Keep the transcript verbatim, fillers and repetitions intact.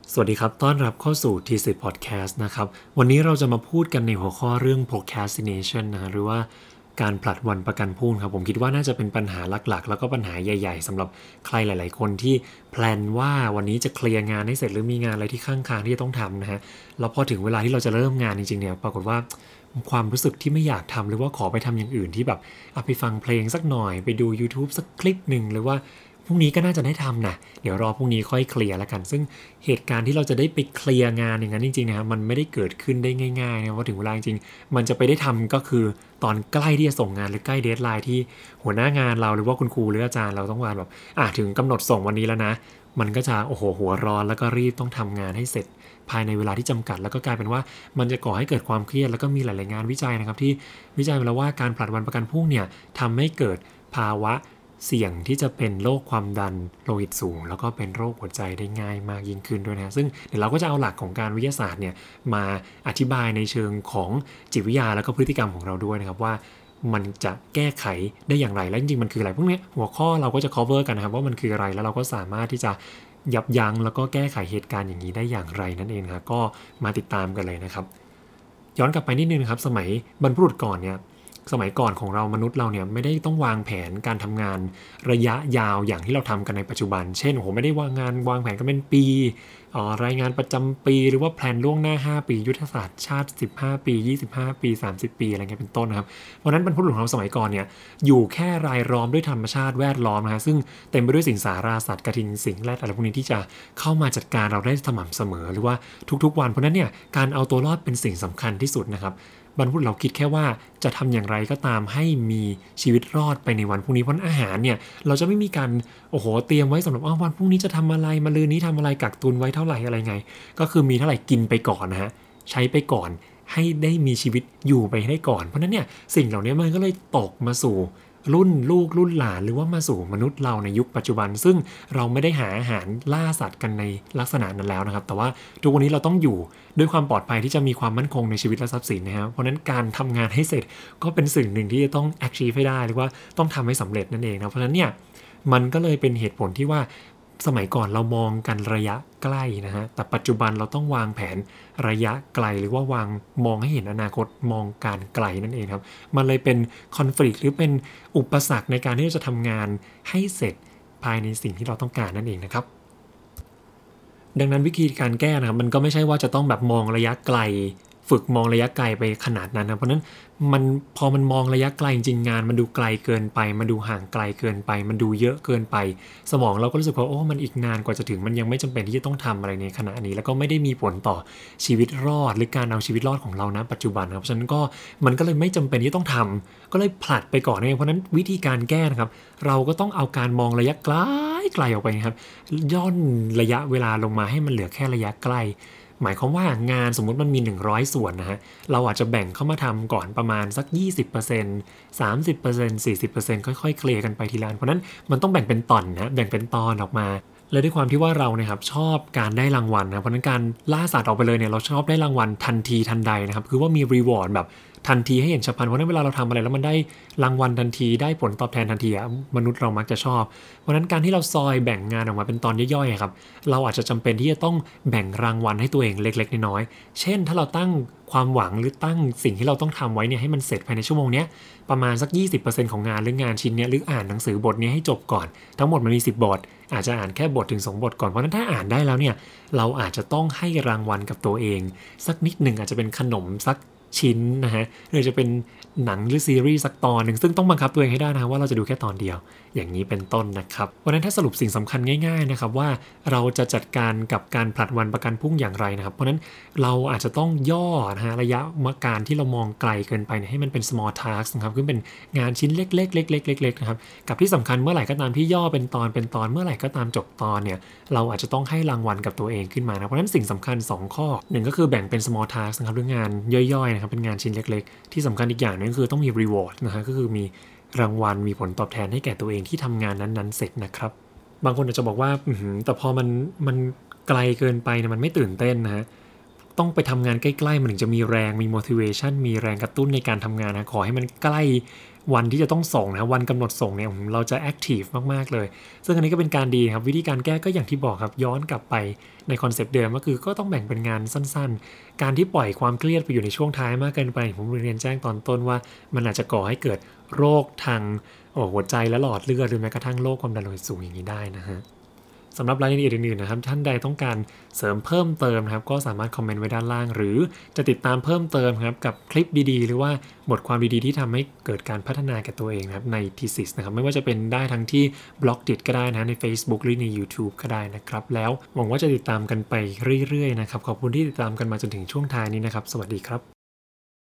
สวัสดีครับต้อนรับเข้าสู่ ที ซี Podcast นะครับวันนี้เราจะมาพูดกันในหัวข้อเรื่อง procrastination นะฮะหรือว่าการผลัดวันประกันพรุ่งครับผมคิดว่าน่าจะเป็นปัญหาหลักๆแล้วก็ปัญหาใหญ่ๆสำหรับใครหลายๆคนที่แพลนว่าวันนี้จะเคลียร์งานให้เสร็จหรือมีงานอะไรที่ข้างคางที่จะต้องทำนะฮะแล้วพอถึงเวลาที่เราจะเริ่มงานจริงๆเนี่ยปรากฏว่าความรู้สึกที่ไม่อยากทำหรือว่าขอไปทำอย่างอื่นที่แบบเอาไปฟังเพลงสักหน่อยไปดู YouTube สักคลิปหนึ่งหรือว่าพรุ่งนี้ก็น่าจะได้ทำนะเดี๋ยวรอพรุ่งนี้ค่อยเคลียร์แล้วกันซึ่งเหตุการณ์ที่เราจะได้ไปเคลียร์งานอย่างนั้นจริงๆนะครับมันไม่ได้เกิดขึ้นได้ง่ายๆนะว่าถึงเวลาจริงๆมันจะไปได้ทำก็คือตอนใกล้ที่จะส่งงานหรือใกล้เดดไลน์ที่หัวหน้างานเราหรือว่าคุณครูหรืออาจารย์เราต้องการแบบอ่ะถึงกำหนดส่งวันนี้แล้วนะมันก็จะโอ้โหหัวร้อนแล้วก็รีบต้องทำงานให้เสร็จภายในเวลาที่จำกัดแล้วก็กลายเป็นว่ามันจะก่อให้เกิดความเครียดแล้วก็มีหลายๆงานวิจัยนะครับที่วิจัยมาแล้วว่าการผลัดวันประกันพรุ่งเนี่ยทำให้เกิดภาวะเสี่ยงที่จะเป็นโรคความดันโลหิตสูงแล้วก็เป็นโรคหัวใจได้ง่ายมากยิ่งขึ้นด้วยนะซึ่งเดี๋ยวเราก็จะเอาหลักของการวิทยาศาสตร์เนี่ยมาอธิบายในเชิงของจิตวิทยาแล้วก็พฤติกรรมของเราด้วยนะครับว่ามันจะแก้ไขได้อย่างไรและจริงๆมันคืออะไรพวกนี้หัวข้อเราก็จะ cover กันนะครับว่ามันคืออะไรแล้วเราก็สามารถที่จะยับยั้งแล้วก็แก้ไขเหตุการณ์อย่างนี้ได้อย่างไรนั่นเองครับก็มาติดตามกันเลยนะครับย้อนกลับไปนิดนึงครับสมัยบรรพบุรุษก่อนเนี่ยสมัยก่อนของเรามนุษย์เราเนี่ยไม่ได้ต้องวางแผนการทำงานระยะยาวอย่างที่เราทำกันในปัจจุบันเช่นโอ้โหไม่ได้วางงานวางแผนกันเป็นปีรายงานประจำปีหรือว่าแผนล่วงหน้าห้าปียุทธศาสตร์ชาติสิบห้าปียี่สิบห้าปีสามสิบปีอะไรเงี้ยเป็นต้นนะครับเพราะนั้นบรรพบุรุษของเราสมัยก่อนเนี่ยอยู่แค่รายล้อมด้วยธรรมชาติแวดล้อมนะฮะซึ่งเต็มไปด้วยสิ่งสาราสัตว์กระทิงสิงแรดอะไรพวกนี้ที่จะเข้ามาจัดการเราได้สม่ำเสมอหรือว่าทุกๆวันเพราะนั้นเนี่ยการเอาตัวรอดเป็นสิ่งสำคัญที่สุดนะครับบรรพบุรุษเราคิดแค่ว่าจะทำอย่างไรก็ตามให้มีชีวิตรอดไปในวันพรุ่งนี้เพราะอาหารเนี่ยเราจะไม่มีการโอ้โหเตรียมไว้สำหรับวันพรุ่งนี้จะทำอะไรมะรืนนี้ทำอะไรกักตุนไว้เท่าไหร่อะไรไงก็คือมีเท่าไหร่กินไปก่อนนะฮะใช้ไปก่อนให้ได้มีชีวิตอยู่ไปได้ก่อนเพราะนั้นเนี่ยสิ่งเหล่านี้มันก็เลยตกมาสู่รุ่นลูกรุ่นหลานหรือว่ามาสู่มนุษย์เราในยุคปัจจุบันซึ่งเราไม่ได้หาอาหารล่าสัตว์กันในลักษณะนั้นแล้วนะครับแต่ว่าทุกวันนี้เราต้องอยู่ด้วยความปลอดภัยที่จะมีความมั่นคงในชีวิตและทรัพย์สินนะครับเพราะนั้นการทำงานให้เสร็จก็เป็นสิ่งหนึ่งที่จะต้อง achieve ให้ได้หรือว่าต้องทำให้สำเร็จนั่นเองนะเพราะฉะนั้นเนี่ยมันก็เลยเป็นเหตุผลที่ว่าสมัยก่อนเรามองกันระยะใกล้นะฮะแต่ปัจจุบันเราต้องวางแผนระยะไกลหรือว่าวางมองให้เห็นอนาคตมองการไกลนั่นเองครับมันเลยเป็นคอน FLICT หรือเป็นอุปสรรคในการที่จะทำงานให้เสร็จภายในสิ่งที่เราต้องการนั่นเองนะครับดังนั้นวิธีการแก้นะครับมันก็ไม่ใช่ว่าจะต้องแบบมองระยะไกลฝึกมองระยะไกลไปขนาดนั้นนะเพราะนั้นมันพอมันมองระยะไกลจริงงานมันดูไกลเกินไปมันดูห่างไกลเกินไปมันดูเยอะเกินไปสมองเราก็รู้สึกว่าโอ้มันอีกนานกว่าจะถึงมันยังไม่จำเป็นที่จะต้องทำอะไรในขณะนี้แล้วก็ไม่ได้มีผลต่อชีวิตรอดหรือการเอาชีวิตรอดของเรานะปัจจุบันครับฉะนั้นก็มันก็เลยไม่จำเป็นที่ต้องทำก็เลยผลัดไปก่อนเองเพราะนั้นวิธีการแก้นะครับเราก็ต้องเอาการมองระยะไกลไกลออกไปครับย่นระยะเวลาลงมาให้มันเหลือแค่ระยะใกล้หมายความว่างานสมมุติมันมีหนึ่งร้อยส่วนนะฮะเราอาจจะแบ่งเข้ามาทำก่อนประมาณสัก ยี่สิบเปอร์เซ็นต์ สามสิบเปอร์เซ็นต์ สี่สิบเปอร์เซ็นต์ ค่อยๆเคลียร์กันไปทีละอันเพราะนั้นมันต้องแบ่งเป็นตอนนะแบ่งเป็นตอนออกมาและด้วยความที่ว่าเราเนี่ยครับชอบการได้รางวัลนะเพราะนั้นการล่าสัตว์ออกไปเลยเนี่ยเราชอบได้รางวัลทันทีทันใดนะครับคือว่ามีรีวอร์ดแบบทันทีให้เห็นฉับพลันเพราะนั้นเวลาเราทำอะไรแล้วมันได้รางวัลทันทีได้ผลตอบแทนทันทีอะมนุษย์เรามักจะชอบเพราะนั้นการที่เราซอยแบ่งงานออกมาเป็นตอนย่อยๆครับเราอาจจะจำเป็นที่จะต้องแบ่งรางวัลให้ตัวเองเล็กๆน้อยๆเช่นถ้าเราตั้งความหวังหรือตั้งสิ่งที่เราต้องทำไว้เนี่ยให้มันเสร็จภายในชั่วโมงนี้ประมาณสัก ยี่สิบเปอร์เซ็นต์ ของงานหรืองานชิ้นนี้หรืออ่านหนังสือบทนี้ให้จบก่อนทั้งหมดมันมีสิบบทอาจจะอ่านแค่บทถึงสองบทก่อนเพราะนั้นถ้าอ่านได้แล้วเนี่ยเราอาจจะต้องให้รางวัลกับตัวเองสักนิดหนึ่งอาจจะเป็นขนมสักชิ้นนะฮะหรือจะเป็นหนังหรือซีรีส์สักตอนหนึ่งซึ่งต้องบังคับตัวเองให้ได้นะว่าเราจะดูแค่ตอนเดียวอย่างนี้เป็นต้นนะครับเพราะนั้นถ้าสรุปสิ่งสำคัญง่ายๆนะครับว่าเราจะจัดการกับการผลัดวันประกันพรุ่งอย่างไรนะครับเพราะนั้นเราอาจจะต้องย่อนะฮะระยะการที่เรามองไกลเกินไปให้มันเป็น small task นะครับคือเป็นงานชิ้นเล็กๆเล็กๆเล็กๆนะครับกับที่สำคัญเมื่อไหร่ก็ตามที่ย่อเป็นตอนเป็นตอนเมื่อไหร่ก็ตามจบตอนเนี่ยเราอาจจะต้องให้รางวัลกับตัวเองขึ้นมานะเพราะนั้นสิ่งสำคัญสองข้อหนึ่งก็คือแบ่งเป็น small task นะครับด้วยงานย่อยๆนะครับเป็นงานชิ้นเล็กๆที่สำคัญอีกอย่างนึงคือต้องมี reward นะฮะก็คือมีรางวัลมีผลตอบแทนให้แก่ตัวเองที่ทำงานนั้นๆเสร็จนะครับบางคนอาจจะบอกว่าแต่พอมันมันไกลเกินไปเนี่ยมันไม่ตื่นเต้นนะฮะต้องไปทำงานใกล้ๆมันถึงจะมีแรงมี motivation มีแรงกระตุ้นในการทำงานนะขอให้มันใกล้วันที่จะต้องส่งนะวันกำหนดส่งเนี่ยเราจะ active มากๆเลยซึ่งอันนี้ก็เป็นการดีครับวิธีการแก้ก็อย่างที่บอกครับย้อนกลับไปในคอนเซปต์เดิมก็คือก็ต้องแบ่งเป็นงานสั้นๆการที่ปล่อยความเครียดไปอยู่ในช่วงท้ายมากเกินไปผมเรียนแจ้งตอนต้นว่ามันอาจจะก่อให้เกิดโรคทางหัวใจและหลอดเลือดหรือแม้กระทั่งโรคความดันโลหิตสูงอย่างนี้ได้นะฮะสำหรับรายละเอียดอื่นๆนะครับท่านใดต้องการเสริมเพิ่มเติมนะครับก็สามารถคอมเมนต์ไว้ด้านล่างหรือจะติดตามเพิ่มเติมครับกับคลิปดีๆหรือว่าบทความดีๆที่ทำให้เกิดการพัฒนาแก่ตัวเองนะครับใน thesis นะครับไม่ว่าจะเป็นได้ทั้งที่ Blogdit ก็ได้นะใน Facebook หรือใน YouTube ก็ได้นะครับแล้วหวังว่าจะติดตามกันไปเรื่อยๆนะครับขอบคุณที่ติดตามกันมาจนถึงช่วงท้ายนี้นะครับสวัสดีครับ